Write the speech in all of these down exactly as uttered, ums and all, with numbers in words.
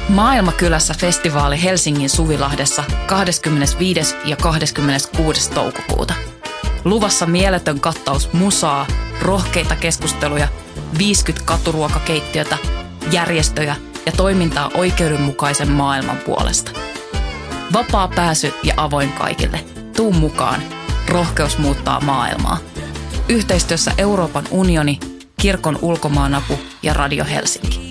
Maailmakylässä festivaali Helsingin Suvilahdessa kahdeskymmenesviides ja kahdeskymmeneskuudes toukokuuta. Luvassa mieletön kattaus musaa, rohkeita keskusteluja, viisikymmentä katuruokakeittiötä, järjestöjä ja toimintaa oikeudenmukaisen maailman puolesta. Vapaa pääsy ja avoin kaikille. Tuu mukaan. Rohkeus muuttaa maailmaa. Yhteistyössä Euroopan unioni, Kirkon ulkomaanapu ja Radio Helsinki.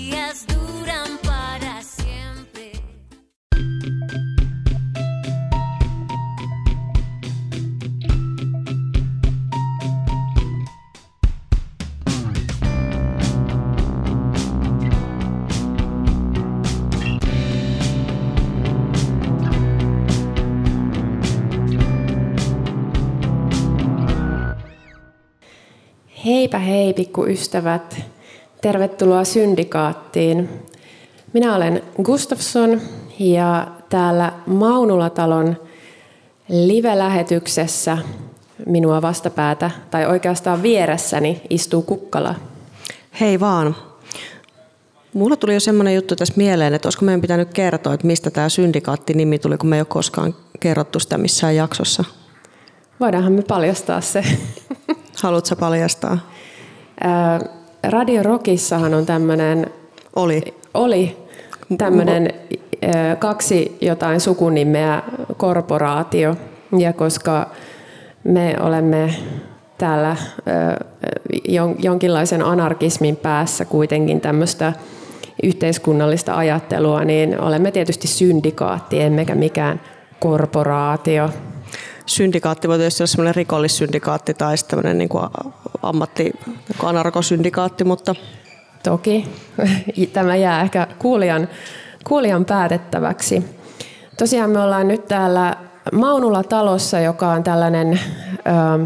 Heipä hei pikkuystävät, tervetuloa Syndikaattiin. Minä olen Gustafsson ja täällä Maunulatalon live-lähetyksessä minua vastapäätä, tai oikeastaan vieressäni, istuu Kukkala. Hei vaan. Mulla tuli jo semmoinen juttu tässä mieleen, että olisiko meidän pitänyt kertoa, että mistä tämä Syndikaatti-nimi tuli, kun me ei ole koskaan kerrottu sitä missään jaksossa. Voidaanhan me paljastaa se. Haluatko paljastaa? Ää, Radio Rockissahan on tämmöinen... Oli. Oli tämmöinen ää, kaksi jotain sukunimeä korporaatio. Ja koska me olemme täällä ää, jon, jonkinlaisen anarkismin päässä kuitenkin tämmöistä yhteiskunnallista ajattelua, niin olemme tietysti syndikaatti, emmekä mikään korporaatio. Syndikaatti voi tietysti olla semmoinen rikollissyndikaatti tai tämmöinen niin kuin ammatti, anarkosyndikaatti, mutta... Toki. Tämä jää ehkä kuulijan, kuulijan päätettäväksi. Tosiaan me ollaan nyt täällä Maunula-talossa, joka on tällainen ähm,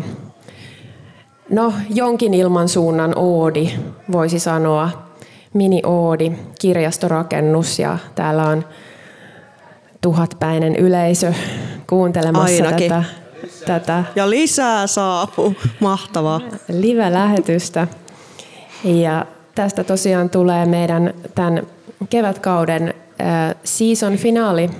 no, jonkin ilmansuunnan oodi, voisi sanoa. Mini-oodi, kirjastorakennus, ja täällä on tuhatpäinen yleisö kuuntelemassa tätä, tätä. Ja lisää saapuu. Mahtavaa. Live-lähetystä. Ja tästä tosiaan tulee meidän tämän kevätkauden äh, season finaali.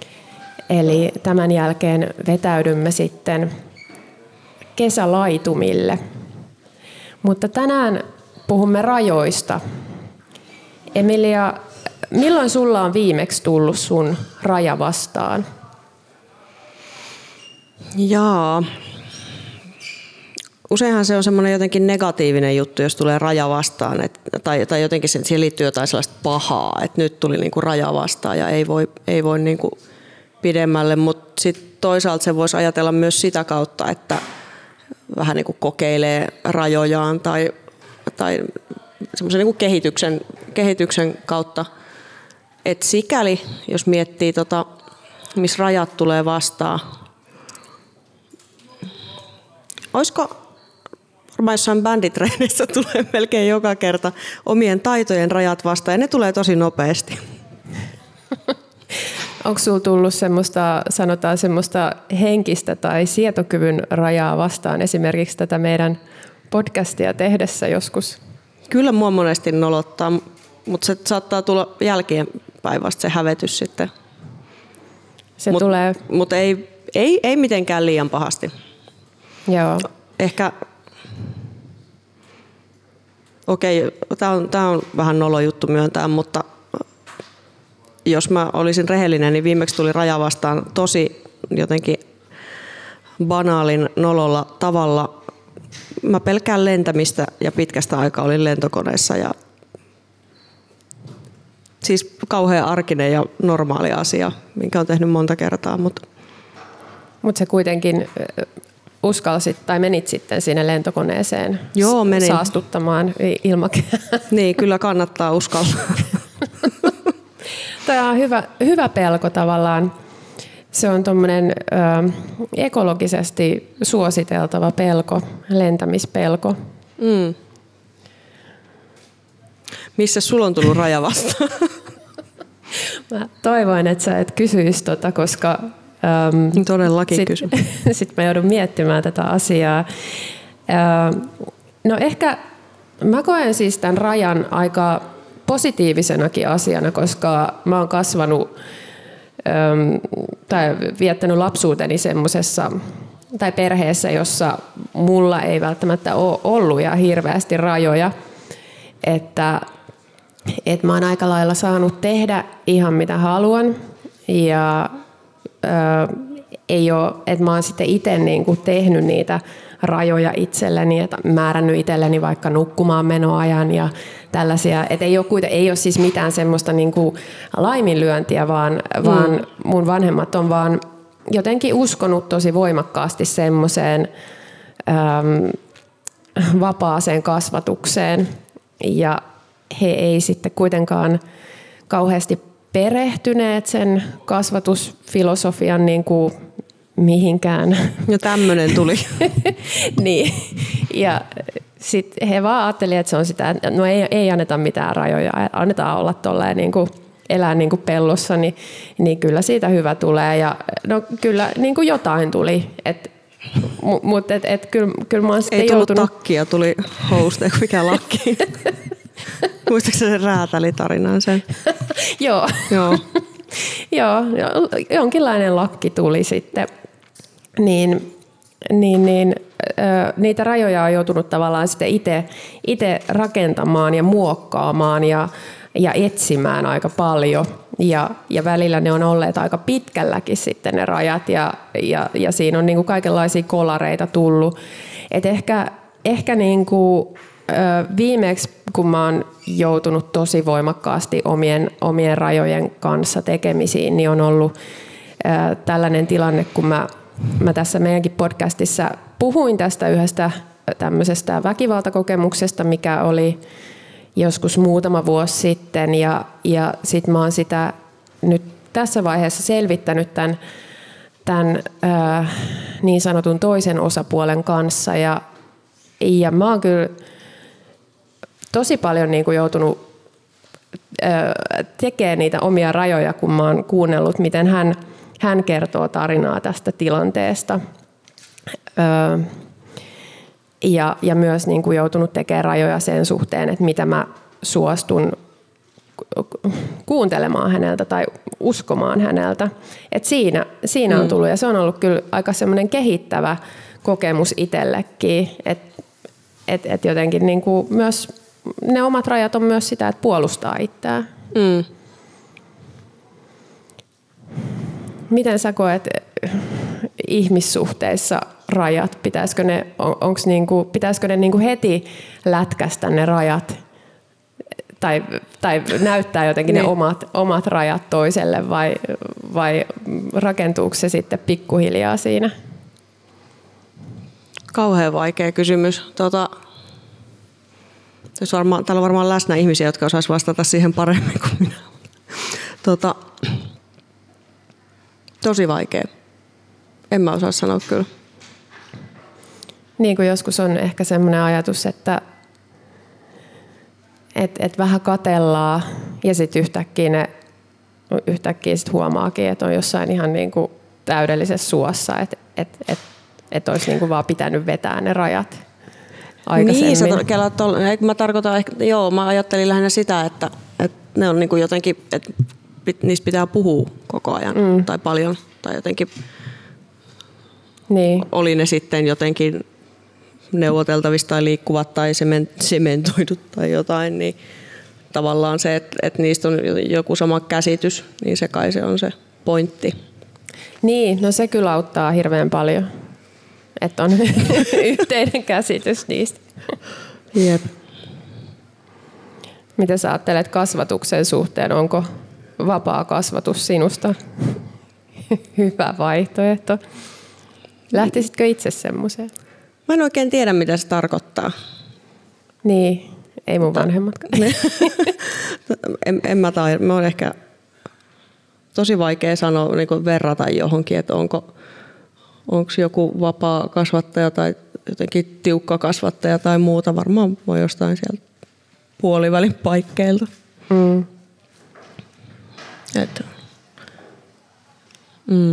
Eli tämän jälkeen vetäydymme sitten kesälaitumille. Mutta tänään puhumme rajoista. Emilia, milloin sulla on viimeksi tullut sun raja vastaan? Jaa. Useinhan se on semmoinen jotenkin negatiivinen juttu, jos tulee raja vastaan, et, tai, tai jotenkin siihen liittyy jotain sellaista pahaa, että nyt tuli niinku raja vastaan ja ei voi, ei voi niinku pidemmälle, mutta sitten toisaalta se voisi ajatella myös sitä kautta, että vähän niinku kokeilee rajojaan tai, tai semmoisen niinku kehityksen, kehityksen kautta. Et sikäli, jos miettii, tota, missä rajat tulee vastaan, olisiko varmaan jossain bänditreenissä tulee melkein joka kerta omien taitojen rajat vastaan, ja ne tulee tosi nopeasti. Onko sinulla tullut semmoista, sanotaan semmoista henkistä tai sietokyvyn rajaa vastaan esimerkiksi tätä meidän podcastia tehdessä joskus? Kyllä mua monesti nolottaa, mutta se saattaa tulla jälkeenpäin vasta se hävetys sitten. Se Mut, tulee... Mutta ei, ei, ei mitenkään liian pahasti. Joo. Ehkä, okei, tämä on, tää on vähän nolo juttu myöntää, mutta jos mä olisin rehellinen, niin viimeksi tuli raja vastaan tosi jotenkin banaalin nololla tavalla. Mä pelkään lentämistä ja pitkästä aikaa olin lentokoneessa ja siis kauhean arkinen ja normaali asia, minkä on tehnyt monta kertaa. Mutta Mut se kuitenkin uskalsit tai menit sitten sinne lentokoneeseen Joo, menin. saastuttamaan ilmakehää. Niin, kyllä kannattaa uskalla. Tämä on hyvä, hyvä pelko tavallaan. Se on tuommoinen ö, ekologisesti suositeltava pelko, lentämispelko. Mm. Missä sulla on tullut raja vastaan? Mä toivoin, että sä et kysyisi tota, koska äm, todellakin sit, kysyn. Sitten mä joudun miettimään tätä asiaa. Ä, no ehkä mä koen siis tämän rajan aika positiivisenakin asiana, koska mä oon kasvanut äm, tai viettänyt lapsuuteni semmoisessa tai perheessä, jossa mulla ei välttämättä ole ollut ja hirveästi rajoja, että, että mä oon aika lailla saanut tehdä ihan mitä haluan ja ää, ei ole, että mä oon sitten itse niin kuin tehnyt niitä rajoja itselleni, että määrännyt itselleni vaikka nukkumaan menoajan ja tällaisia, että ei ole, kuiten, ei ole siis mitään semmoista niin kuin laiminlyöntiä, vaan, mm. vaan mun vanhemmat on vaan jotenkin uskonut tosi voimakkaasti semmoiseen äm, vapaaseen kasvatukseen ja he ei sitten kuitenkaan kauheasti perehtyneet sen kasvatusfilosofian niin kuin mihinkään. Ja tämmöinen tuli. Niin. Ja sitten he vaan ajattelivat, että se on sitä, että no ei, ei anneta mitään rajoja, annetaan olla tolleen niin kuin elää niin kuin pellossa, niin, niin kyllä siitä hyvä tulee. Ja no kyllä niin kuin jotain tuli. Et, mutta et, et, kyllä, kyllä mä oon sitten ei tullut joutunut... takkia, tuli houste, mikä lakki. Muistatko sen räätälitarinan sen? Joo. Joo. Joo, jonkinlainen lakki tuli sitten. Niin, niin, niin, ö, niitä rajoja on joutunut tavallaan sitten itse, itse rakentamaan ja muokkaamaan ja, ja etsimään aika paljon. Ja, ja välillä ne on olleet aika pitkälläkin sitten ne rajat ja, ja, ja siinä on niin kuin kaikenlaisia kolareita tullut. Et ehkä ehkä niin kuin, ö, viimeksi, kun mä oon joutunut tosi voimakkaasti omien, omien rajojen kanssa tekemisiin, niin on ollut ö, tällainen tilanne, kun mä Mä tässä meidänkin podcastissa puhuin tästä yhdestä tämmöisestä väkivaltakokemuksesta, mikä oli joskus muutama vuosi sitten. Ja, ja sitten mä oon sitä nyt tässä vaiheessa selvittänyt tämän, tämän ää, niin sanotun toisen osapuolen kanssa. Ja, ja mä oon kyllä tosi paljon niin kuin joutunut ää, tekemään niitä omia rajoja, kun mä oon kuunnellut, miten hän... Hän kertoo tarinaa tästä tilanteesta öö, ja, ja myös niin kuin joutunut tekemään rajoja sen suhteen, että mitä mä suostun kuuntelemaan häneltä tai uskomaan häneltä. Et siinä siinä on tullut ja se on ollut kyllä aika semmoinen kehittävä kokemus itsellekin, että et, et jotenkin niin kuin myös ne omat rajat on myös sitä, että puolustaa itseään. Mm. Miten sä koet ihmissuhteissa rajat? Pitäisikö ne, onks niinku, pitäisikö ne niinku heti lätkästä ne rajat? Tai, tai näyttää jotenkin ne omat, omat rajat toiselle vai, vai rakentuuko se sitten pikkuhiljaa siinä? Kauhean vaikea kysymys. Tota, varmaan, täällä on varmaan läsnä ihmisiä, jotka osaisivat vastata siihen paremmin kuin minä. Tota, Tosi vaikea. En mä osaa sanoa kyllä. Niin kuin joskus on ehkä semmoinen ajatus, että et, et vähän katellaan ja sitten yhtäkkiä, ne, yhtäkkiä sit huomaakin, että on jossain ihan niin kuin täydellisessä suossa, että et, et, et olisi niin kuin vaan pitänyt vetää ne rajat aikaisemmin. Niin, sä kelaat tol- mä tarkoitan ehkä, joo, mä ajattelin lähinnä sitä, että, että ne on niin kuin jotenkin, että niistä pitää puhua koko ajan mm. tai paljon tai jotenkin niin. Oli ne sitten jotenkin neuvoteltavista tai liikkuvat tai sementoidut tai jotain, niin tavallaan se, että, että niistä on joku sama käsitys, niin se kai se on se pointti. Niin, no se kyllä auttaa hirveän paljon, että on yhteinen käsitys niistä. Jep. Miten sä ajattelet kasvatuksen suhteen? Onko vapaa kasvatus sinusta hyvä vaihtoehto? Lähtisitkö itse semmoiseen? Mä en oikein tiedä, mitä se tarkoittaa. Niin, ei mun vanhemmatkaan. en, en mä taida. Mä oon ehkä tosi vaikea sanoa, niin kuin verrata johonkin, että onko onko joku vapaa kasvattaja tai jotenkin tiukka kasvattaja tai muuta. Varmaan voi jostain sieltä puolivälin paikkeilta. Mm. Et, mm.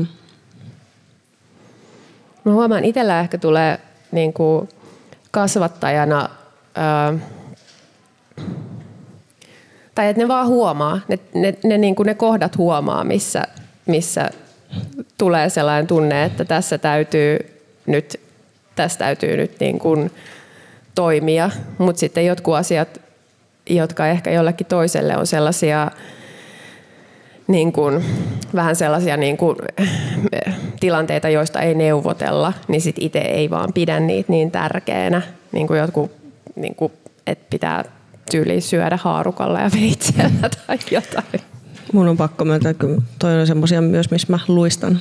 Mä huomaan, itsellä ehkä tulee niin kuin kasvattajana ää, tai että ne vaan huomaa, ne, ne, ne, niin kuin ne kohdat huomaa, missä, missä tulee sellainen tunne, että tässä täytyy nyt, tässä täytyy nyt niin kuin toimia, mutta sitten jotkut asiat, jotka ehkä jollekin toiselle on sellaisia niin kuin, vähän sellaisia niin kuin, tilanteita, joista ei neuvotella, niin sit itse ei vaan pidä niitä niin tärkeänä, niin kuin jotkut, niin kuin, että pitää tyyliin syödä haarukalla ja veitsellä tai jotain. Mun on pakko myöntää, että toi on semmoisia myös, missä mä luistan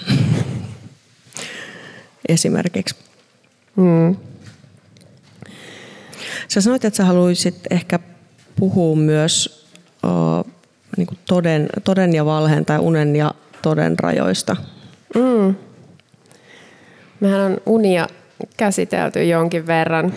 esimerkiksi. Mm. Sä sanoit, että sä haluaisit ehkä puhua myös uh, niin kuin toden, toden ja valheen tai unen ja toden rajoista. Mm. Mehän on unia käsitelty jonkin verran.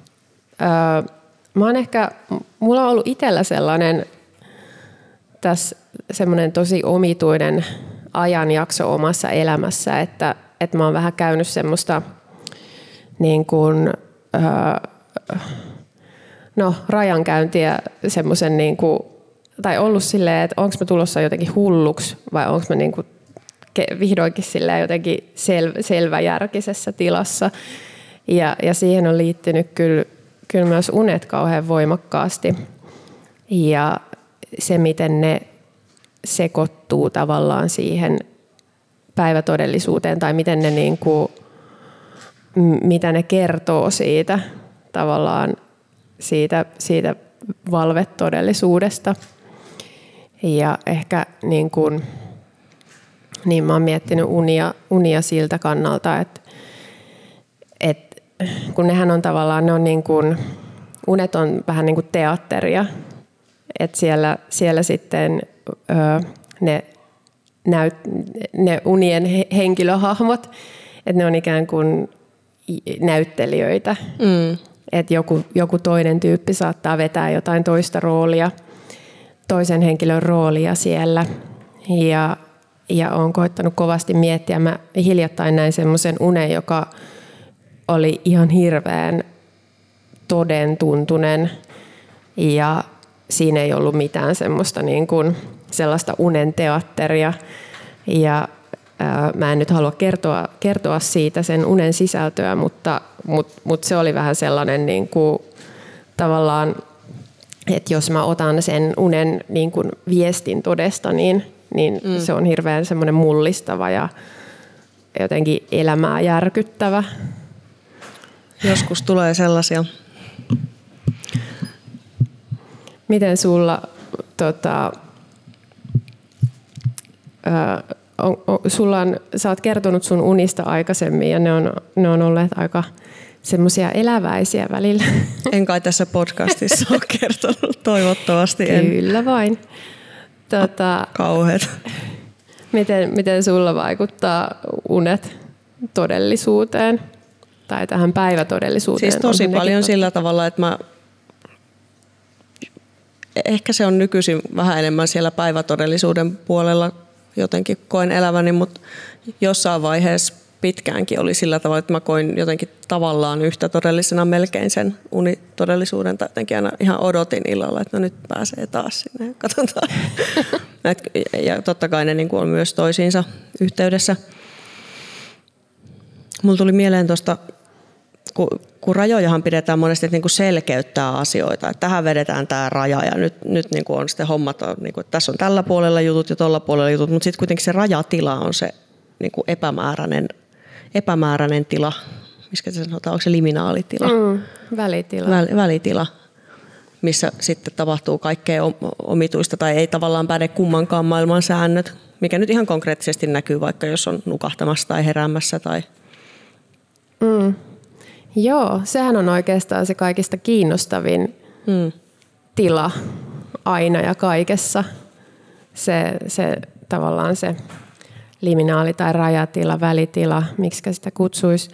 Öö, mä oon ehkä, mulla on ollut itsellä sellainen tässä semmoinen tosi omituinen ajanjakso omassa elämässä, että, että mä oon vähän käynyt semmoista niin kuin, öö, no, rajankäyntiä semmoisen niin kuin, tai ollut silleen, että onko mä tulossa jotenkin hulluksi vai onko mä niin kuin vihdoinkin silleen jotenkin sel, selväjärkisessä tilassa. Ja, ja siihen on liittynyt kyllä, kyllä myös unet kauhean voimakkaasti. Ja se, miten ne sekoittuu tavallaan siihen päivätodellisuuteen tai miten ne, niin kuin, mitä ne kertoo siitä tavallaan siitä, siitä valvetodellisuudesta. Ja ehkä niin kuin, niin mä oon miettinyt unia, unia siltä kannalta, että, että kun nehän on tavallaan, ne on niin kuin, unet on vähän niin kuin teatteria, että siellä, siellä sitten ö, ne, näyt, ne unien henkilöhahmot, että ne on ikään kuin näyttelijöitä, mm. että joku, joku toinen tyyppi saattaa vetää jotain toista roolia, toisen henkilön roolia siellä ja Ja olen koittanut kovasti miettiä. Mä hiljattain näin semmoisen unen, joka oli ihan hirveän todentuntunen. Ja siinä ei ollut mitään semmoista niin kuin sellaista unen teatteria. Ja ää, mä en nyt halua kertoa, kertoa siitä sen unen sisältöä, mutta, mutta, mutta se oli vähän sellainen niin kuin, tavallaan, että jos mä otan sen unen niin kuin viestin todesta, niin niin mm. se on hirveän semmoinen mullistava ja jotenkin elämää järkyttävä. Joskus tulee sellaisia. Miten sulla, tota, ää, on, on, sulla on, sä oot kertonut sun unista aikaisemmin ja ne on, ne on olleet aika semmoisia eläväisiä välillä. En kai tässä podcastissa ole kertonut, toivottavasti en. Kyllä vain. Tota, Kauheet. Miten, miten sulla vaikuttaa unet todellisuuteen tai tähän päivätodellisuuteen? Siis tosi paljon totta? Sillä tavalla, että mä ehkä se on nykyisin vähän enemmän siellä päivätodellisuuden puolella jotenkin koen eläväni, mutta jossain vaiheessa pitkäänkin oli sillä tavalla, että mä koin jotenkin tavallaan yhtä todellisena melkein sen unitodellisuuden, tai jotenkin aina ihan odotin illalla, että no nyt pääsee taas sinne ja katsotaan. Ja totta kai ne on myös toisiinsa yhteydessä. Mulla tuli mieleen tuosta, kun, kun rajojahan pidetään monesti, että selkeyttää asioita, että tähän vedetään tämä raja ja nyt, nyt on sitten hommat, että tässä on tällä puolella jutut ja tuolla puolella jutut, mutta sitten kuitenkin se rajatila on se epämääräinen epämääräinen tila, miskä se sanotaan, onko se liminaalitila? Mm, välitila. Väl, välitila, missä sitten tapahtuu kaikkea omituista tai ei tavallaan päde kummankaan maailman säännöt, mikä nyt ihan konkreettisesti näkyy, vaikka jos on nukahtamassa tai heräämässä. Tai... Mm. Joo, sehän on oikeastaan se kaikista kiinnostavin mm. tila aina ja kaikessa. Se, se tavallaan se liminaali tai rajatila, välitila, miksi sitä kutsuisi.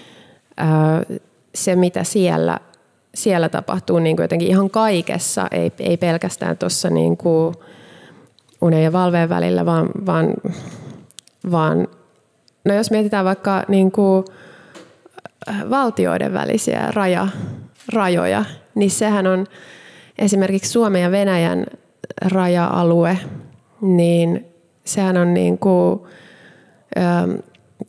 Se, mitä siellä, siellä tapahtuu niin kuin jotenkin ihan kaikessa, ei, ei pelkästään tuossa niin kuin unen ja valveen välillä, vaan, vaan, vaan no jos mietitään vaikka niin kuin valtioiden välisiä raja, rajoja, niin sehän on esimerkiksi Suomen ja Venäjän raja-alue, niin sehän on niin kuin, ö,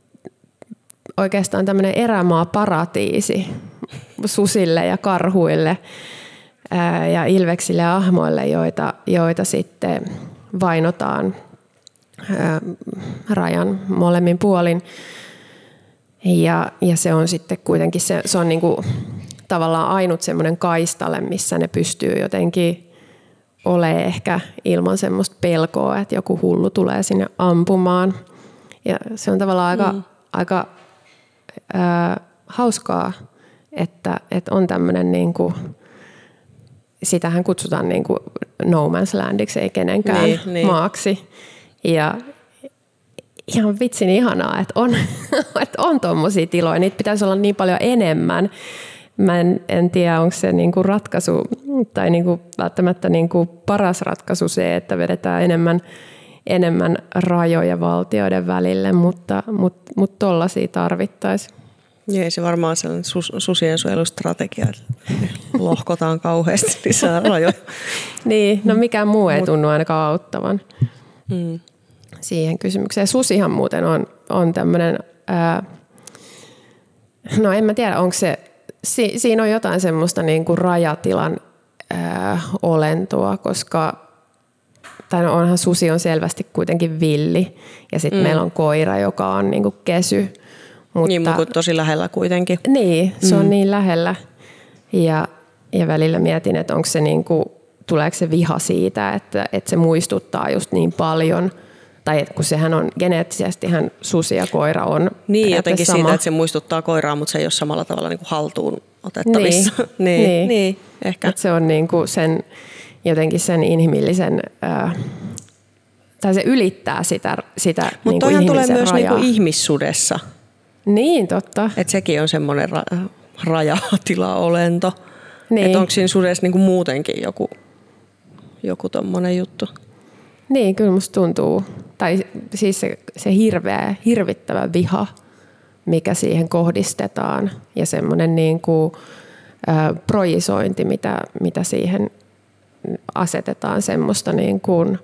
oikeastaan tämmöinen erämaa-paratiisi susille ja karhuille ää, ja ilveksille ja ahmoille, joita, joita sitten vainotaan ää, rajan molemmin puolin. Ja, ja se on sitten kuitenkin se, se on niinku tavallaan ainut semmoinen kaistale, missä ne pystyy jotenkin olemaan ehkä ilman semmoista pelkoa, että joku hullu tulee sinne ampumaan. Ja se on tavallaan aika, mm. aika ää, hauskaa, että, että on tämmöinen niinku, sitähän kutsutaan niinku no man's landiksi, ei kenenkään niin, niin. maaksi. Ja ihan vitsin ihanaa, että on, että on tommosia tiloja. Niitä pitäisi olla niin paljon enemmän. Mä en, en tiedä, onko se niinku ratkaisu tai niinku välttämättä niinku paras ratkaisu se, että vedetään enemmän, enemmän rajoja valtioiden välille, mutta mut, mut tollaisia tarvittaisiin. Ei se varmaan sellainen sus, susien suojelustrategia, että lohkotaan kauheasti lisää rajoja. Niin, no mikään muu ei tunnu ainakaan auttavan mm. siihen kysymykseen. Susihan muuten on, on tämmöinen, ää, no en mä tiedä, onko se, si, siinä on jotain semmoista niin kuin rajatilan ää, olentoa, koska tai no onhan susi on selvästi kuitenkin villi ja sitten mm. meillä on koira, joka on niin kuin kesy. Mutta, niin, mutta tosi lähellä kuitenkin. Niin, se on mm. niin lähellä. Ja, ja välillä mietin, että onko se niinku, tuleeko se viha siitä, että, että se muistuttaa just niin paljon. Tai että kun sehän on geneettisesti, hän susi ja koira on niin, jotenkin sama. siitä, että se muistuttaa koiraa, mutta se ei ole samalla tavalla niinku haltuun otettavissa. Niin, niin, niin. niin ehkä. Että se on niinku sen, jotenkin sen inhimillisen... Ää, tai se ylittää sitä, sitä mutta niinku toihan tulee myös rajaa. niinku ihmissudessa. Niin, totta. Että sekin on semmoinen ra- rajatilaolento. Niin. Että onko siinä sudessa niinku muutenkin joku, joku tommonen juttu? Niin, kyllä musta tuntuu. Tai siis se, se hirveä, hirvittävä viha, mikä siihen kohdistetaan. Ja semmoinen niin kuin, ä, projisointi, mitä, mitä siihen asetetaan semmoista niin kuin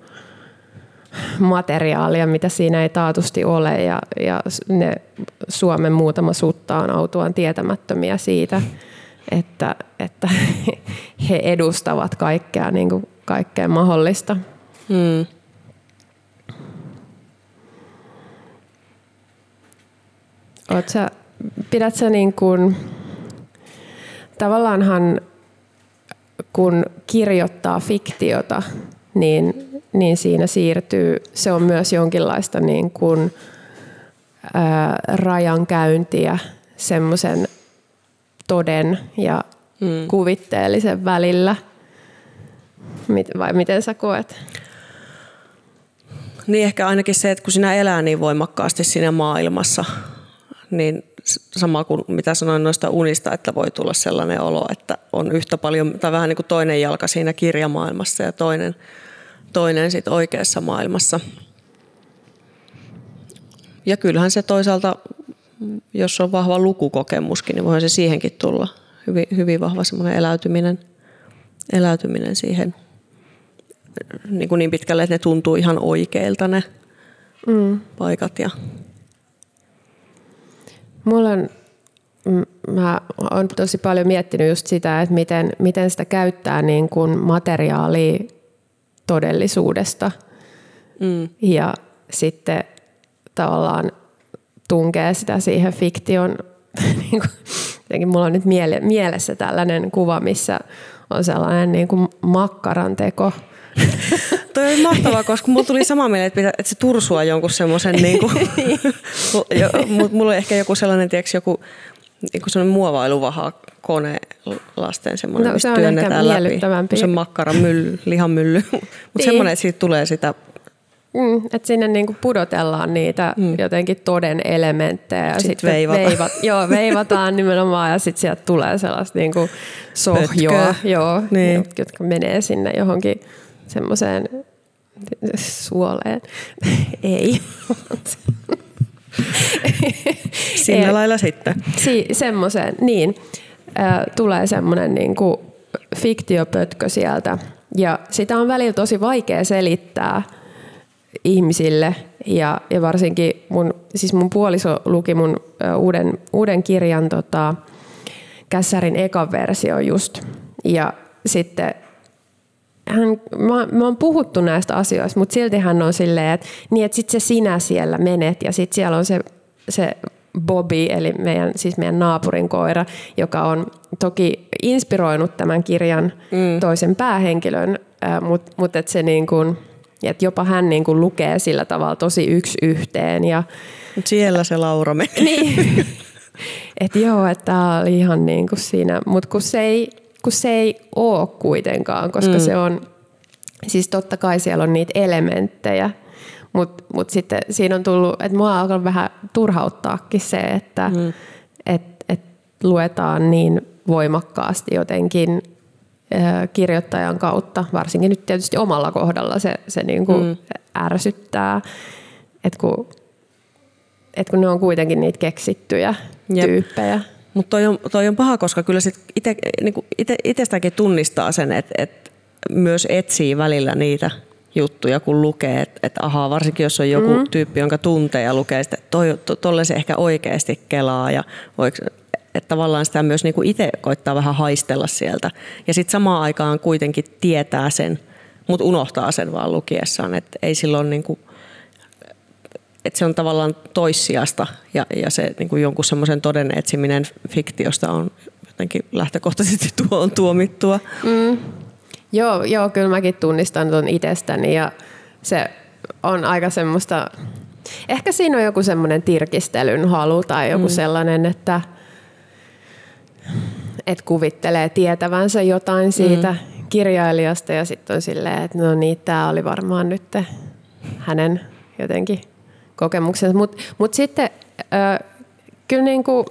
materiaalia, mitä siinä ei taatusti ole, ja, ja ne Suomen muutama sutta on autuaan tietämättömiä siitä, että, että he edustavat kaikkea, niin kuin kaikkea mahdollista. Hmm. Oot sä, pidät sä niin kuin, tavallaanhan kun kirjoittaa fiktiota, niin niin siinä siirtyy, se on myös jonkinlaista niin kuin, ää, rajankäyntiä semmoisen toden ja mm. kuvitteellisen välillä. Mit, vai miten sä koet? Niin ehkä ainakin se, että kun sinä elää niin voimakkaasti siinä maailmassa, niin sama kuin mitä sanoin noista unista, että voi tulla sellainen olo, että on yhtä paljon, tai vähän niin kuin toinen jalka siinä kirjamaailmassa ja toinen toinen sit oikeassa maailmassa. Ja kyllähän se toisaalta, jos on vahva lukukokemuskin, niin voihan se siihenkin tulla. Hyvin, hyvin vahva semmoinen eläytyminen, eläytyminen siihen niin, kuin niin pitkälle, että ne tuntuu ihan oikeilta ne mm. paikat. Ja. Mulla on, mä oon tosi paljon miettinyt just sitä, että miten, miten sitä käyttää niin kuin materiaalia todellisuudesta mm. ja sitten tavallaan tunkee sitä siihen fiktion. Jotenkin mulla on nyt miele- mielessä tällainen kuva, missä on sellainen niin kuin makkaran teko. Toi on mahtavaa, koska mulla tuli sama mieleen, että, että se tursua jonkun semmoisen, niin kuin, mulla on ehkä joku sellainen, tiedätkö, joku niin sellainen muovailuvaha kone lasten semmoinen, no, mistä se työnnetään läpi. Se makkaran mylly, lihamylly. Mutta niin. Semmoinen, että siitä tulee sitä... Mm, että sinne niinku pudotellaan niitä mm. jotenkin toden elementtejä. Ja sitten sit veivataan. Veivat, joo, veivataan nimenomaan ja sitten sieltä tulee sellaista niinku sohjoa, joo, niin. jotka menee sinne johonkin semmoiseen suoleen. Ei. Sillä lailla sitten. Si- semmoiseen, niin. Äh, tulee semmoinen niinku fiktiopötkö sieltä Ja sitä on välillä tosi vaikea selittää ihmisille ja, ja varsinkin mun, siis mun puoliso luki mun ö, uuden, uuden kirjan tota, Kässärin ekan versio just. Ja sitten hän, mä, mä oon puhuttu näistä asioista, mutta silti hän on silleen, että niin, että sit se sinä siellä menet ja sit siellä on se, se Bobby, eli meidän, siis meidän naapurin koira, joka on toki inspiroinut tämän kirjan mm. toisen päähenkilön, äh, mutta mut et se niin kuin, et jopa hän niin kuin lukee sillä tavalla tosi yksi yhteen. Ja, siellä se Laura meni. Niin, että joo, että tämä oli ihan niin kuin siinä, mutta kun se ei, kun se ei ole kuitenkaan, koska mm. se on, siis totta kai siellä on niitä elementtejä, mutta mut sitten siinä on tullut, että mua alkaa vähän turhauttaakin se, että mm. et, et luetaan niin voimakkaasti jotenkin äh, kirjoittajan kautta, varsinkin nyt tietysti omalla kohdalla se, se niinku mm. ärsyttää, että kun, et kun ne on kuitenkin niitä keksittyjä Jep. tyyppejä. Mutta toi on, toi on paha, koska kyllä sit ite, niinku ite, itsestäänkin tunnistaa sen, että et myös etsii välillä niitä juttuja, kun lukee, että et ahaa, varsinkin jos on joku mm. tyyppi, jonka tuntee ja lukee sitä, että to, tolle se ehkä oikeasti kelaa ja että tavallaan sitä myös niinku itse koittaa vähän haistella sieltä. Ja sitten samaan aikaan kuitenkin tietää sen, mutta unohtaa sen vaan lukiessaan, että ei silloin niinku, että se on tavallaan toissijasta ja, ja se niinku jonkun semmoisen toden etsiminen fiktiosta on jotenkin lähtökohtaisesti tuo on tuomittua. Mm. Joo, joo, kyllä mäkin tunnistan tuon itsestäni ja se on aika semmoista, ehkä siinä on joku semmoinen tirkistelyn halu tai joku mm. sellainen, että, että kuvittelee tietävänsä jotain siitä mm. kirjailijasta ja sitten on silleen, että no niin, tämä oli varmaan nyt hänen jotenkin kokemuksensa. Mutta mut sitten äh, kyllä niin kuin,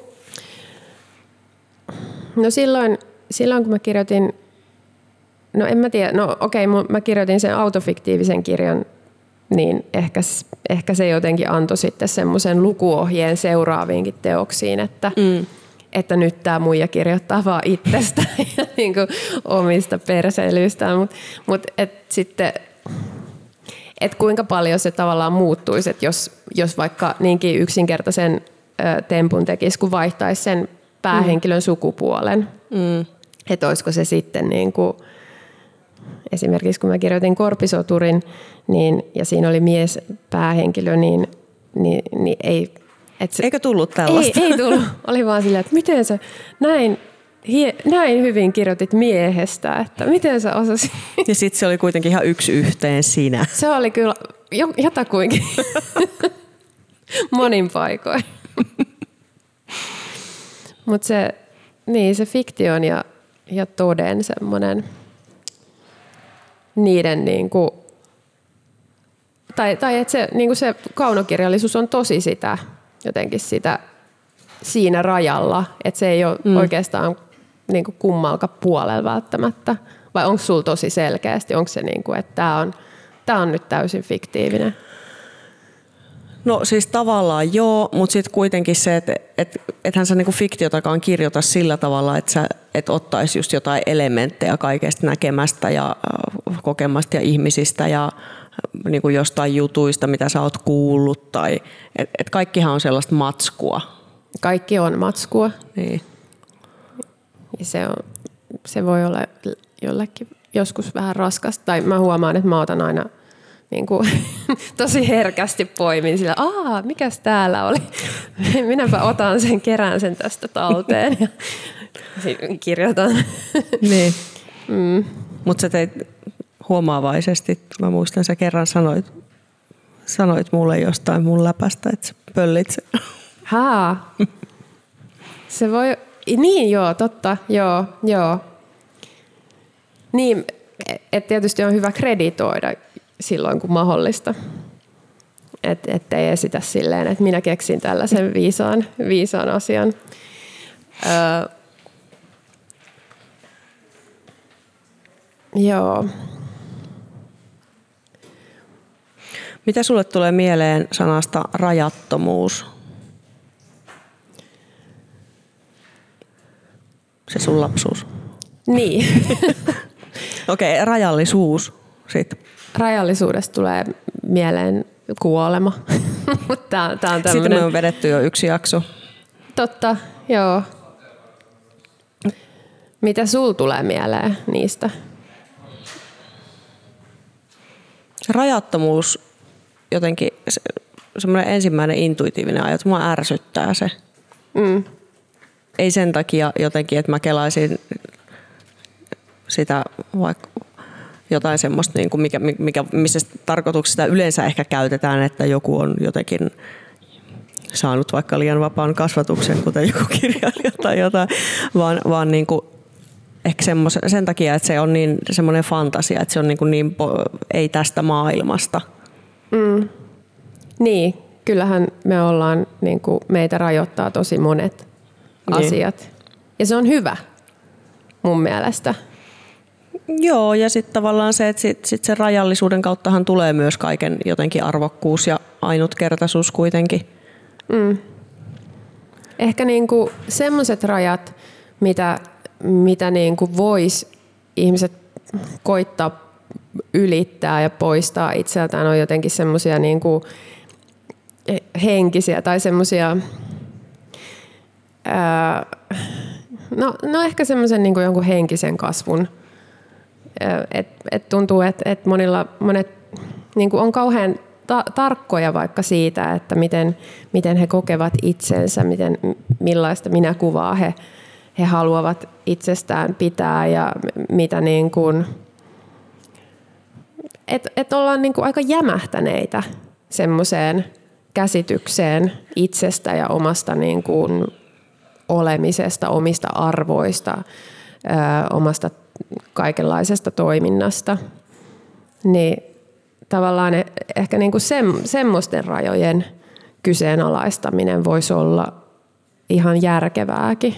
no silloin, silloin kun mä kirjoitin, no en mä tiedä, no okei, mä kirjoitin sen autofiktiivisen kirjan, niin ehkä, ehkä se jotenkin antoi sitten semmoisen lukuohjeen seuraaviinkin teoksiin, että, mm. että nyt tämä muija kirjoittaa vaan itsestään ja niin kuin omista perseilyistään, mutta mut et sitten, et kuinka paljon se tavallaan muuttuisi, että jos, jos vaikka niinkin yksinkertaisen ö, tempun tekisi, kun vaihtaisi sen päähenkilön mm. sukupuolen, mm. että olisiko se sitten niin kuin esimerkiksi kun mä kirjoitin Korpisoturin, niin, ja siinä oli mies päähenkilö, niin, niin, niin ei... Et se, Eikö tullut tällaista? Ei, ei tullut. Oli vaan silleen, että miten sä näin, hie, näin hyvin kirjoitit miehestä, että miten sä osasit. Ja sitten se oli kuitenkin ihan yksi yhteen sinä. Se oli kyllä jotakuinkin monin paikoin. Mutta se, niin, se fiktion ja, ja toden semmoinen... niiden niinku, tai, tai että se, niinku se kaunokirjallisuus on tosi sitä, jotenkin sitä siinä rajalla, että se ei ole mm. oikeastaan niinku kummalka puolella välttämättä, vai onko sulla tosi selkeästi, onko se niinku, että tämä on, tää on nyt täysin fiktiivinen? No siis tavallaan joo, mutta sitten kuitenkin se, että et, ethän sä niinku fiktiotakaan kirjoita sillä tavalla, että sä et ottaisi just jotain elementtejä kaikesta näkemästä ja äh, kokemasta ja ihmisistä ja äh, niinku jostain jutuista, mitä sä oot kuullut. Tai, et, et kaikkihan on sellaista matskua. Kaikki on matskua. Niin. Ja se, on, se voi olla jollekin joskus vähän raskasta. Tai mä huomaan, että mä otan aina... Niin kuin, tosi herkästi poimin sillä, aah, mikäs täällä oli? Minäpä otan sen, kerään sen tästä talteen ja sitten kirjoitan. Niin. Mm. Mutta sä teit huomaavaisesti, mä muistan, sä kerran sanoit, sanoit mulle jostain mun läpästä, että sä pöllit sen. Haa. Se voi, niin joo, totta, joo, joo. Niin, että tietysti on hyvä kreditoida silloin, kun mahdollista. Että et ei esitä silleen, että minä keksin tällaisen viisaan, viisaan asian. Öö, joo. Mitä sulle tulee mieleen sanasta rajattomuus? Se sun lapsuus. Niin. Okei, okay, rajallisuus sitten. Rajallisuudesta tulee mieleen kuolema. tää, tää on Sitten me on vedetty jo yksi jakso. Totta, joo. Mitä sul tulee mieleen niistä? Se rajattomuus, jotenkin se, semmoinen ensimmäinen intuitiivinen ajatus, mua ärsyttää se. Mm. Ei sen takia jotenkin, että mä kelaisin sitä vaikka jotain semmoista, niin kuin mikä, mikä, missä tarkoituksesta yleensä ehkä käytetään, että joku on jotenkin saanut vaikka liian vapaan kasvatuksen, kuten joku kirjailija tai jotain, vaan, vaan niin kuin ehkä sen takia, että se on niin semmoinen fantasia, että se on niin, kuin niin ei tästä maailmasta. Mm. Niin, kyllähän me ollaan, niin kuin meitä rajoittaa tosi monet niin. asiat. Ja se on hyvä mun mielestä. Joo, ja sitten tavallaan se, että sit, sit sen rajallisuuden kauttahan tulee myös kaiken jotenkin arvokkuus ja ainutkertaisuus kuitenkin. Mm. Ehkä niinku semmoiset rajat, mitä, mitä niinku vois ihmiset koittaa ylittää ja poistaa itseltään, on jotenkin semmoisia niinku henkisiä tai semmoisia, no, no ehkä semmoisen niinku jonkun henkisen kasvun. Et, et tuntuu, että et monilla monet niinku on kauhean ta- tarkkoja vaikka siitä, että miten, miten he kokevat itsensä, miten, millaista minäkuvaa he, he haluavat itsestään pitää ja mitä niin kuin, et, et ollaan niin kuin aika jämähtäneitä semmoiseen käsitykseen itsestä ja omasta niin kuin olemisesta, omista arvoista, ö, omasta kaikenlaisesta toiminnasta, niin tavallaan ehkä niinku sem, semmoisten rajojen kyseenalaistaminen voisi olla ihan järkevääkin.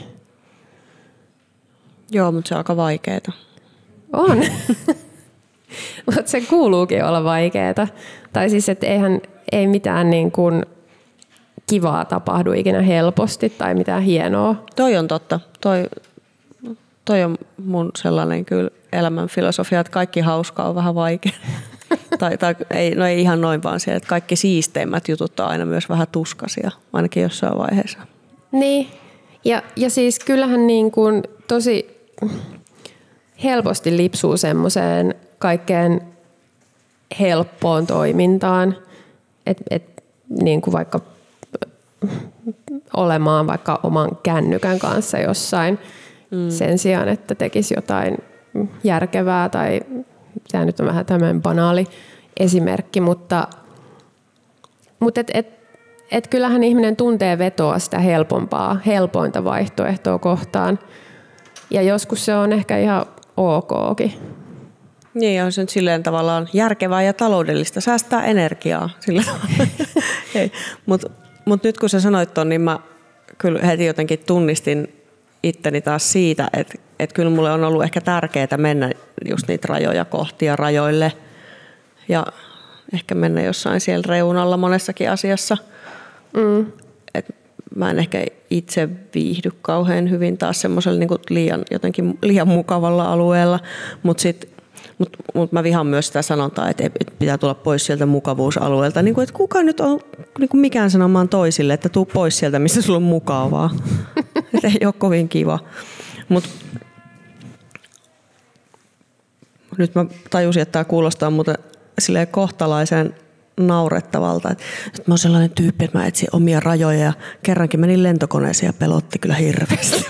Joo, mutta se on aika vaikeaa. On. Mutta se kuuluukin olla vaikeaa. Tai siis, että eihän ei mitään niin kuin kivaa tapahdu ikinä helposti tai mitään hienoa. Toi on totta. Toi, toi on mun sellainen kyllä elämän filosofia, että kaikki hauskaa on vähän vaikea. tai, tai ei, no ei ihan noin vaan se, että kaikki siisteimmät jutut on aina myös vähän tuskaisia, ainakin jossain vaiheessa. Niin, ja, ja siis kyllähän niin kuin tosi helposti lipsuu semmoiseen kaikkein helppoon toimintaan, että et, niin kuin vaikka olemaan vaikka oman kännykän kanssa jossain mm. sen sijaan, että tekisi jotain järkevää tai tämä nyt on vähän tämmöinen banaali esimerkki, mutta, mutta et, et, et kyllähän ihminen tuntee vetoa sitä helpompaa, helpointa vaihtoehtoa kohtaan ja joskus se on ehkä ihan okkin. Niin, on se nyt silleen tavallaan järkevää ja taloudellista, säästää energiaa. Mutta mut nyt kun sä sanoit ton, niin mä kyllä heti jotenkin tunnistin itteni taas siitä, että et kyllä mulle on ollut ehkä tärkeää mennä just niitä rajoja kohti ja rajoille ja ehkä mennä jossain siellä reunalla monessakin asiassa. Mm. Et mä en ehkä itse viihdy kauhean hyvin taas semmoisella niinku liian, jotenkin liian mukavalla alueella, mutta sitten Mutta mut mä vihaan myös sitä sanontaa, että et pitää tulla pois sieltä mukavuusalueelta. Niin kuin, että kuka nyt on niin kuin mikään sanomaan toisille, että tuu pois sieltä, missä sulla on mukavaa. Että ei ole kovin kiva. Mut nyt mä tajusin, että tämä kuulostaa muuten silleen kohtalaisen naurettavalta. Että mä oon sellainen tyyppi, että mä etsin omia rajoja ja kerrankin menin lentokoneeseen ja pelotti kyllä hirveästi.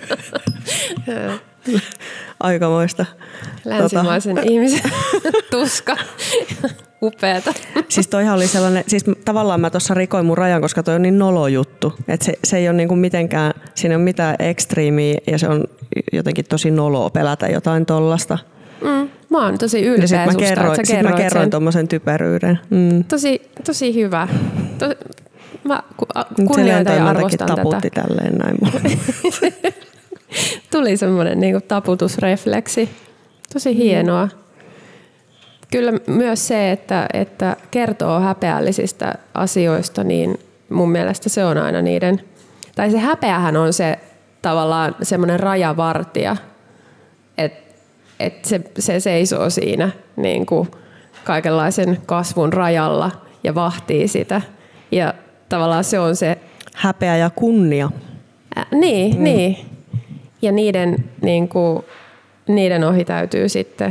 Aikamoista. Länsimaisen tota. ihmisen tuska. Upeata. Siis toihan oli sellainen, siis tavallaan mä tuossa rikoin mun rajan, koska toi on niin nolo juttu. Että se, se ei ole niinku mitenkään, siinä ei ole mitään ekstriimiä ja se on jotenkin tosi noloa pelätä jotain tollasta. Mm, mä oon tosi ylpeä susta, sit mä kerroin, että sä sit mä kerroin tommosen typeryyden. Mm. Tosi, tosi hyvä. To, mä kunnioitan ja arvostan tätä. taputti tälleen näin mulle. Tuli semmoinen niin kuin taputusrefleksi. Tosi hienoa. Kyllä myös se, että, että kertoo häpeällisistä asioista, niin mun mielestä se on aina niiden, tai se häpeähän on se tavallaan semmoinen rajavartija, että että se, se seisoo siinä niin kuin kaikenlaisen kasvun rajalla ja vahtii sitä. Ja tavallaan se on se... Häpeä ja kunnia. Ä, niin, mm. niin. Ja niiden, niin kuin, niiden ohi täytyy sitten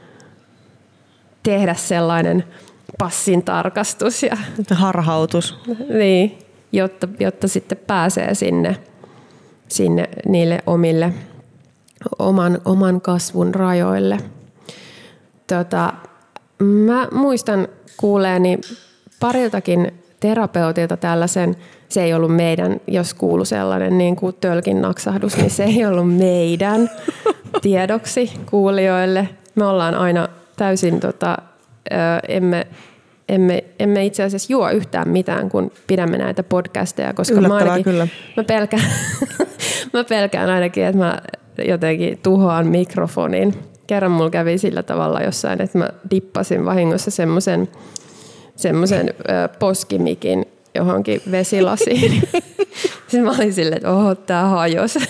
tehdä sellainen passin tarkastus. Ja, harhautus. Niin, jotta, jotta sitten pääsee sinne, sinne niille omille, oman, oman kasvun rajoille. Tota, mä muistan kuuleeni pariltakin terapeutilta tällaisen, se ei ollut meidän, jos kuului sellainen niin kuin tölkin naksahdus, niin se ei ollut meidän tiedoksi kuulijoille. Me ollaan aina täysin, tota, emme, emme, emme itse asiassa juo yhtään mitään, kun pidämme näitä podcasteja, koska mä, ainakin, kyllä. Mä, pelkään, mä pelkään ainakin, että mä jotenkin tuhoan mikrofonin. Kerran mulla kävi sillä tavalla jossain, että mä dippasin vahingossa semmoisen semmoisen poskimikin johonkin vesilasiin. Sitten mä olin silleen, että oho, tää hajosi.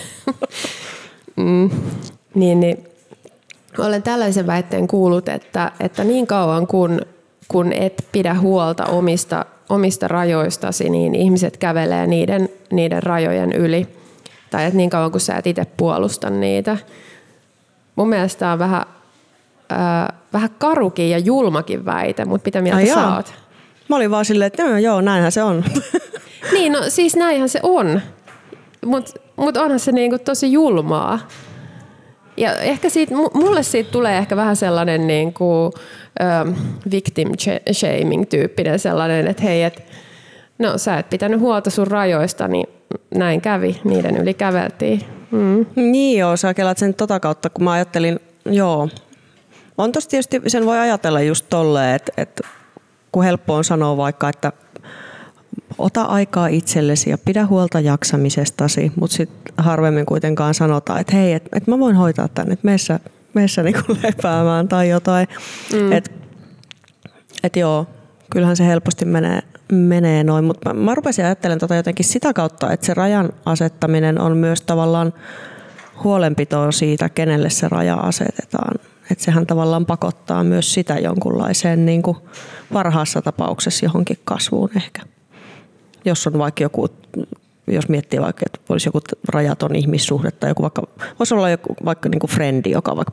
mm. niin, niin. Olen tällaisen väitteen kuullut, että, että niin kauan kun, kun et pidä huolta omista, omista rajoistasi, niin ihmiset kävelee niiden, niiden rajojen yli. Tai että niin kauan kun sä et itse puolusta niitä. Mun mielestä tämä on vähän, äh, vähän karukin ja julmakin väite, mutta mitä mieltä Ai sä jaa. oot? Mä olin vaan silleen, että joo, näinhän se on. Niin, no siis näinhän se on. Mutta mut onhan se niinku tosi julmaa. Ja ehkä siitä, mulle siitä tulee ehkä vähän sellainen niinku, ähm, victim shaming tyyppinen sellainen, että hei, et, no sä et pitänyt huolta sun rajoista, niin näin kävi, niiden yli käveltiin. Mm. Niin joo, sä kelaat sen tota kautta, kun mä ajattelin, joo. On tossa tietysti, sen voi ajatella just tolleen, että, että kun helppo on sanoa vaikka, että ota aikaa itsellesi ja pidä huolta jaksamisestasi, mutta sitten harvemmin kuitenkaan sanotaan, että hei, että et mä voin hoitaa tämän, että meessä, meessä niinku lepäämään tai jotain. Mm. Että et joo, kyllähän se helposti menee, menee noin, mutta mä, mä rupesin ajattelemaan tota jotenkin sitä kautta, että se rajan asettaminen on myös tavallaan huolenpitoa siitä, kenelle se raja asetetaan. Että sehän tavallaan pakottaa myös sitä jonkunlaiseen niin kuin parhaassa tapauksessa johonkin kasvuun ehkä. Jos on vaikka joku, jos miettii vaikka, että olisi joku rajaton ihmissuhde tai joku vaikka, voisi olla joku vaikka niin kuin frendi, joka vaikka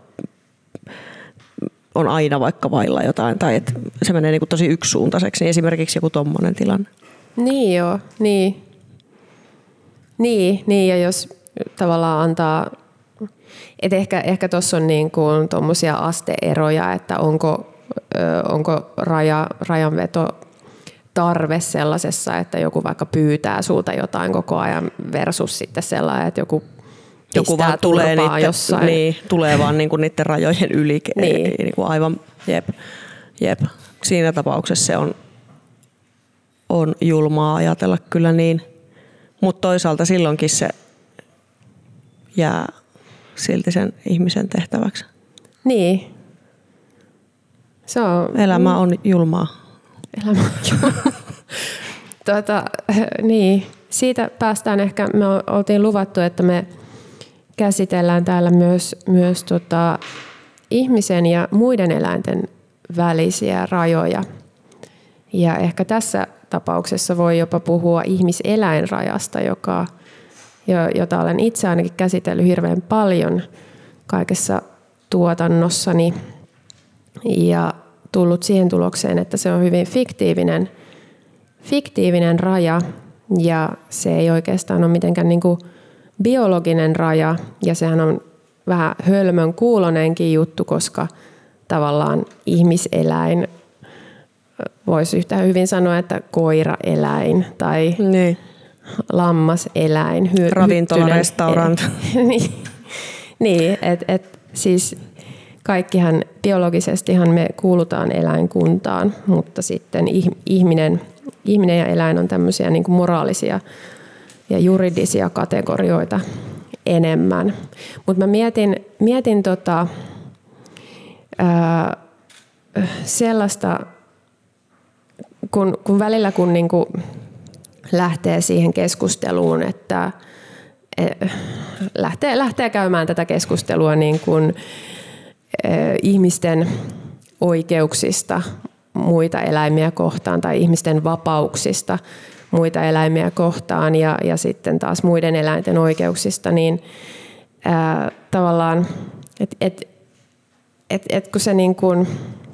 on aina vaikka vailla jotain tai että se menee niin kuin tosi yksisuuntaiseksi, niin esimerkiksi joku tommoinen tilanne. Niin joo, niin. Niin, niin ja jos tavallaan antaa... Et ehkä ehkä tuossa on niin kuin tuommoisia asteeroja, että onko, ö, onko raja, rajanveto tarve sellaisessa, että joku vaikka pyytää sulta jotain koko ajan versus sitten sellainen, että joku joku vaan tulee, niiden, jossain. Niin, tulee vaan niinku niiden rajojen yli. Niin. Niinku aivan, jep, jep. Siinä tapauksessa se on, on julmaa ajatella kyllä niin, mutta toisaalta silloinkin se jää silti sen ihmisen tehtäväksi. Niin. Se on, Elämä on julmaa. Elämä on julmaa. tuota, niin. Siitä päästään ehkä, me oltiin luvattu, että me käsitellään täällä myös, myös tota, ihmisen ja muiden eläinten välisiä rajoja. Ja ehkä tässä tapauksessa voi jopa puhua ihmiseläinrajasta, joka jota olen itse ainakin käsitellyt hirveän paljon kaikessa tuotannossani ja tullut siihen tulokseen, että se on hyvin fiktiivinen, fiktiivinen raja ja se ei oikeastaan ole mitenkään niin kuin biologinen raja ja sehän on vähän hölmön kuulonenkin juttu, koska tavallaan ihmiseläin voisi yhtä hyvin sanoa, että koiraeläin tai niin. lammaseläin. Hy- Ravintola, restaurant. niin, niin että et, siis kaikkihan biologisestihan me kuulutaan eläinkuntaan, mutta sitten ihminen, ihminen ja eläin on tämmöisiä niin kuin moraalisia ja juridisia kategorioita enemmän. Mutta mä mietin, mietin tota, ää, sellaista, kun, kun välillä kun niinku lähtee siihen keskusteluun, että lähtee, lähtee käymään tätä keskustelua niin kuin ihmisten oikeuksista muita eläimiä kohtaan tai ihmisten vapauksista muita eläimiä kohtaan ja, ja sitten taas muiden eläinten oikeuksista, niin ää, tavallaan, että et, et, et kun se niin kuin,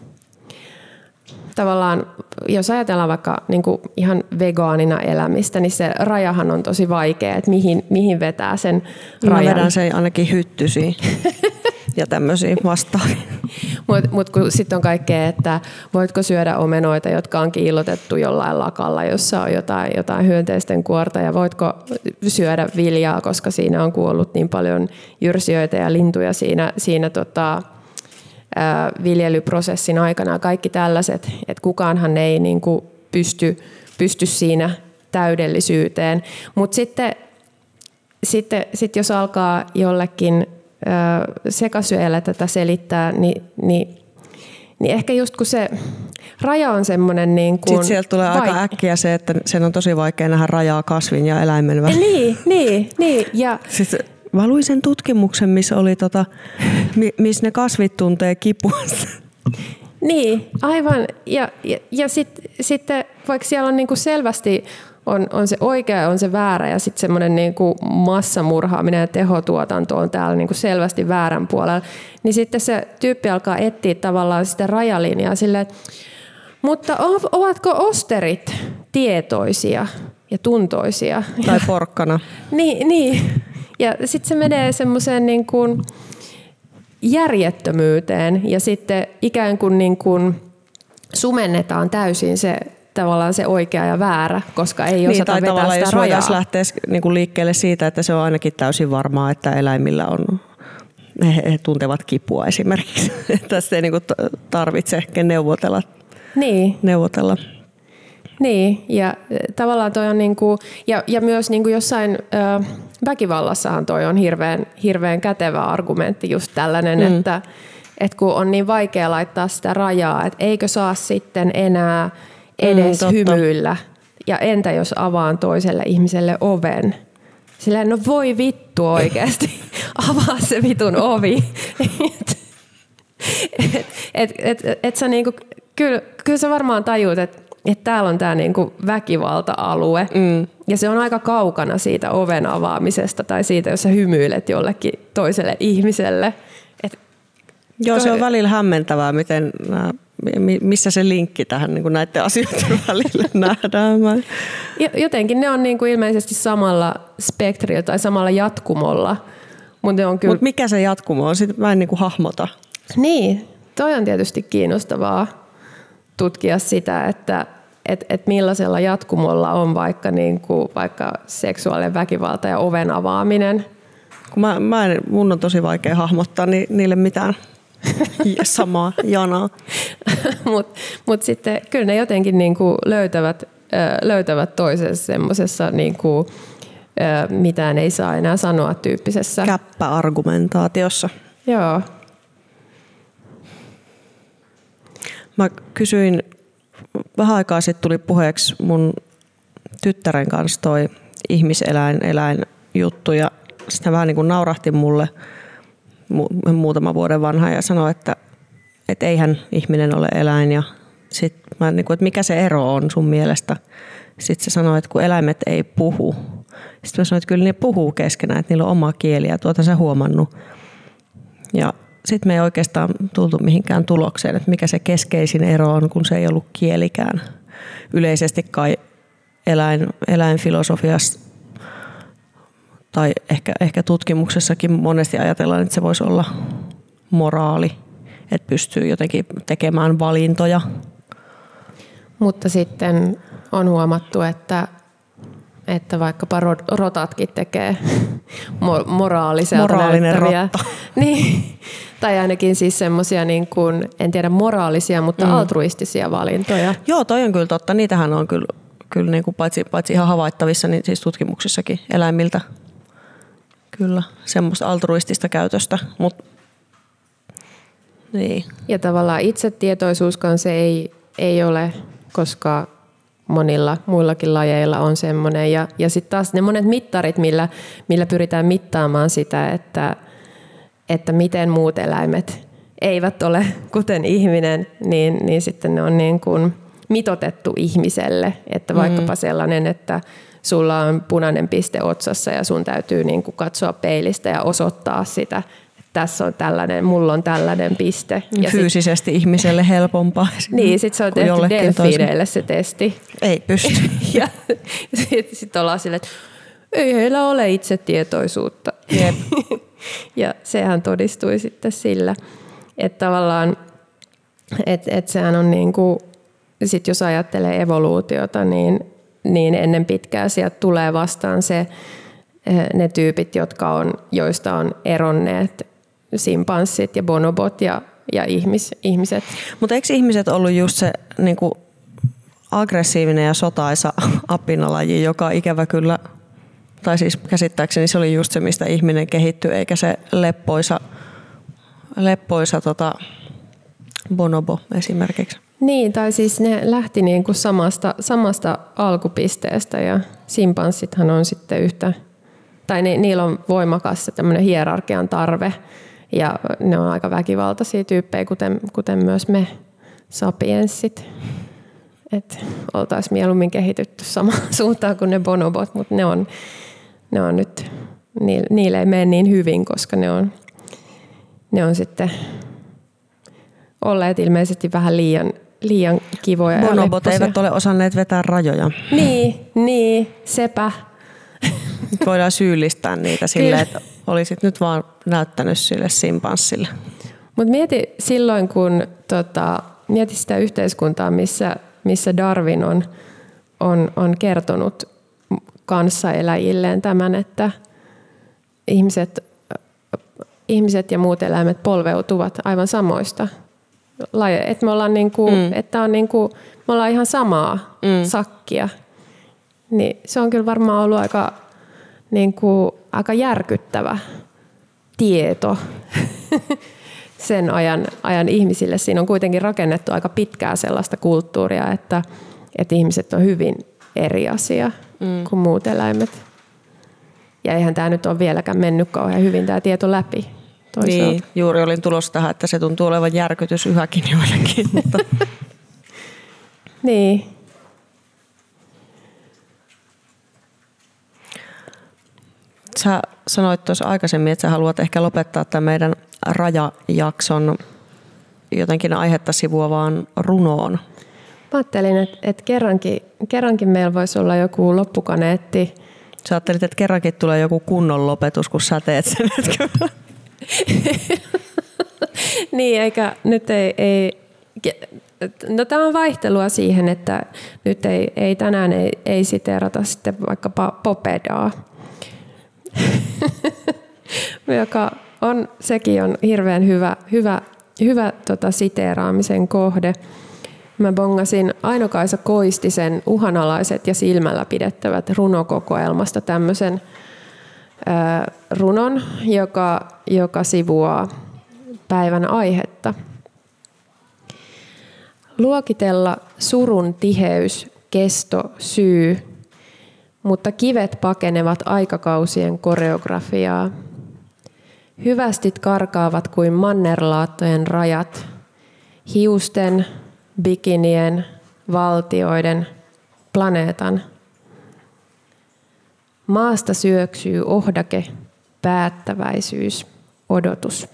tavallaan, jos ajatellaan vaikka niin kuin ihan vegaanina elämistä, niin se rajahan on tosi vaikea, että mihin, mihin vetää sen rajan. Mä vedän sen ainakin hyttysiin ja tämmöisiä vastaavia. Mutta mut kun sitten on kaikkea, että voitko syödä omenoita, jotka on kiillotettu jollain lakalla, jossa on jotain, jotain hyönteisten kuorta, ja voitko syödä viljaa, koska siinä on kuollut niin paljon jyrsijöitä ja lintuja siinä, siinä tota, ää, viljelyprosessin aikana. Kaikki tällaiset, että kukaanhan ei niinku pysty, pysty siinä täydellisyyteen. Mutta sitten, sitten sit jos alkaa jollekin sekasyöjällä tätä selittää, niin, niin, niin ehkä just kun se raja on semmoinen niin kuin sitten sieltä tulee vaike- aika äkkiä se, että sen on tosi vaikea nähdä rajaa kasvin ja eläimen välillä. Niin, niin, niin. Ja siis mä luin sen tutkimuksen, missä oli tota, missä ne kasvit tuntee kipua. Niin, aivan. Ja, ja, ja sitten sit, vaikka siellä on niin kuin selvästi On, on se oikea ja on se väärä ja sitten semmoinen niinku massamurhaaminen ja tehotuotanto on täällä niinku selvästi väärän puolella, niin sitten se tyyppi alkaa etsiä tavallaan sitä rajalinjaa silleen, mutta ovatko osterit tietoisia ja tuntoisia? Tai porkkana. niin, niin. Ja sitten se menee semmoiseen niinku järjettömyyteen ja sitten ikään kuin niinku sumennetaan täysin se tavallaan se oikea ja väärä, koska ei niin, osata tai vetää sitä jos rajaa. Jos lähteä niin liikkeelle siitä, että se on ainakin täysin varmaa, että eläimillä on, he, he tuntevat kipua esimerkiksi. Tästä ei niin kuin tarvitse ehkä neuvotella. Niin. neuvotella. Niin, ja tavallaan toi on niinku, ja, ja myös niinku jossain ö, väkivallassahan toi on hirveän, hirveän kätevä argumentti just tällainen, mm. että et kun on niin vaikea laittaa sitä rajaa, että eikö saa sitten enää edes mm, hymyillä. Ja entä jos avaan toiselle ihmiselle oven? Silleen, no voi vittu oikeasti, avaa se vitun ovi. et, et, et, et, et sä niinku, kyllä, kyllä sä varmaan tajuut, että et täällä on tää niinku väkivalta-alue. Mm. Ja se on aika kaukana siitä oven avaamisesta tai siitä, jos sä hymyilet jollekin toiselle ihmiselle. Et, Joo, se on välillä hämmentävää, miten... missä se linkki tähän niin kuin näiden asioiden välillä nähdään? Jotenkin ne on niin kuin ilmeisesti samalla spektrillä tai samalla jatkumolla. Mutta kyllä... Mut mikä se jatkumo on? Sitten mä en niin kuin hahmota. Niin, toi on tietysti kiinnostavaa tutkia sitä, että et, et millaisella jatkumolla on vaikka, niin kuin, vaikka seksuaalinen väkivalta ja oven avaaminen. Kun mä, mä en, mun on tosi vaikea hahmottaa ni, niille mitään samaa janaa. Mutta mut sitten kyllä ne jotenkin niinku löytävät, löytävät toisessa semmoisessa niinku, mitään ei saa enää sanoa tyyppisessä. Käppäargumentaatiossa. Joo. Mä kysyin, vähän aikaa sitten tuli puheeksi mun tyttären kanssa toi ihmiseläin eläin juttu ja sitten vähän niin kuin naurahti mulle muutama vuoden vanha ja sanoi, että, että eihän ihminen ole eläin ja sit mä, niin kuin, että mikä se ero on sun mielestä. Sitten se sanoi, että kun eläimet ei puhu. Sitten mä sanoin, että kyllä ne puhuu keskenään, että niillä on oma kieli ja tuota sä huomannut. Ja sitten me ei oikeastaan tultu mihinkään tulokseen, että mikä se keskeisin ero on, kun se ei ollut kielikään. Yleisesti kai eläin, eläinfilosofiassa tai ehkä, ehkä tutkimuksessakin monesti ajatellaan, että se voisi olla moraali, että pystyy jotenkin tekemään valintoja. Mutta sitten on huomattu, että, että vaikkapa rotatkin tekee moraaliselta Moraalinen näyttäviä. rotta. Niin, tai ainakin siis semmoisia, niin kuin, en tiedä moraalisia, mutta mm. altruistisia valintoja. Joo, toi on kyllä totta. Niitähän on kyllä, kyllä niin kuin paitsi, paitsi ihan havaittavissa, niin siis tutkimuksissakin eläimiltä. Kyllä, semmoista altruistista käytöstä, mutta niin. Ja tavallaan itsetietoisuuskaan se ei, ei ole, koska monilla muillakin lajeilla on semmoinen. Ja, ja sitten taas ne monet mittarit, millä, millä pyritään mittaamaan sitä, että, että miten muut eläimet eivät ole kuten ihminen, niin, niin sitten ne on niin kuin mitotettu ihmiselle. Että vaikkapa sellainen, että sulla on punainen piste otsassa ja sun täytyy niin kuin katsoa peilistä ja osoittaa sitä, että tässä on tällainen, mulla on tällainen piste. Ja fyysisesti sit, ihmiselle helpompaa. Niin, sitten se on tehty delfiineille se testi. Ei pysty. Ja sitten sit ollaan silleen, että ei heillä ole itsetietoisuutta. Jep. Ja sehän todistui sitten sillä, että tavallaan, että et sehän on niin kuin, sit jos ajattelee evoluutiota, niin, niin ennen pitkää sieltä tulee vastaan se, ne tyypit, jotka on, joista on eronneet simpanssit ja bonobot ja, ja ihmis, ihmiset. Mutta eikö ihmiset ollut just se niin kuin aggressiivinen ja sotaisa apinalaji, joka ikävä kyllä, tai siis käsittääkseni se oli just se, mistä ihminen kehittyi, eikä se leppoisa, leppoisa tota, bonobo esimerkiksi. Niin, tai siis ne lähti niin kuin samasta, samasta alkupisteestä ja simpanssithan on sitten yhtä, tai ne, niillä on voimakas tämmöinen hierarkian tarve ja ne on aika väkivaltaisia tyyppejä, kuten, kuten myös me sapienssit. Että oltaisiin mieluummin kehitytty samaan suuntaan kuin ne bonobot, mutta ne on, ne on nyt, niille ei mene niin hyvin, koska ne on, ne on sitten olleet ilmeisesti vähän liian, liian kivoja. Bonobot eivät ole osanneet vetää rajoja. Niin, niin, sepä. Voidaan syyllistää niitä silleen, että olisit nyt vaan näyttänyt sille simpanssille. Mutta mieti silloin, kun tota, mieti sitä yhteiskuntaa, missä, missä Darwin on, on, on kertonut kanssaeläjilleen tämän, että ihmiset, ihmiset ja muut eläimet polveutuvat aivan samoista lajeja. Että me ollaan, niinku, mm. että on niinku, me ollaan ihan samaa mm. sakkia. Niin se on kyllä varmaan ollut aika, niinku, aika järkyttävä tieto sen ajan, ajan ihmisille. Siinä on kuitenkin rakennettu aika pitkää sellaista kulttuuria, että, että ihmiset on hyvin eri asia mm. kuin muut eläimet. Ja eihän tämä nyt ole vieläkään mennyt kauhean hyvin tämä tieto läpi. Toisaalta. Niin, juuri olin tulossa tähän, että se tuntuu olevan järkytys yhäkin joillekin. Mutta. Niin. Sä sanoit tuossa aikaisemmin, että sä haluat ehkä lopettaa tämän meidän rajajakson jotenkin aihetta sivuavaan runoon. Mä ajattelin, että, että kerrankin, kerrankin meillä voisi olla joku loppukaneetti. Sä ajattelit, että kerrankin tulee joku kunnon lopetus, kun sä teet sen. Niin, eikä nyt ei... ei no tämä on vaihtelua siihen, että nyt ei, ei tänään ei, ei siteerata sitten vaikkapa Popedaa. Joka on, sekin on hirveän hyvä, hyvä, hyvä tota, siteeraamisen kohde. Mä bongasin Aino-Kaisa Koistisen Uhanalaiset ja silmällä pidettävät runokokoelmasta tämmöisen ää, runon, joka, joka sivuaa päivän aihetta. Luokitella surun tiheys, kesto, syy, mutta kivet pakenevat aikakausien koreografiaa. Hyvästit karkaavat kuin mannerlaattojen rajat, hiusten, bikinien, valtioiden, planeetan. Maasta syöksyy ohdake, päättäväisyys, odotus.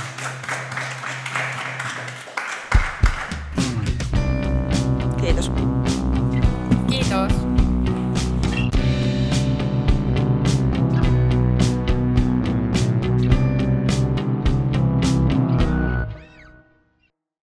Kiitos.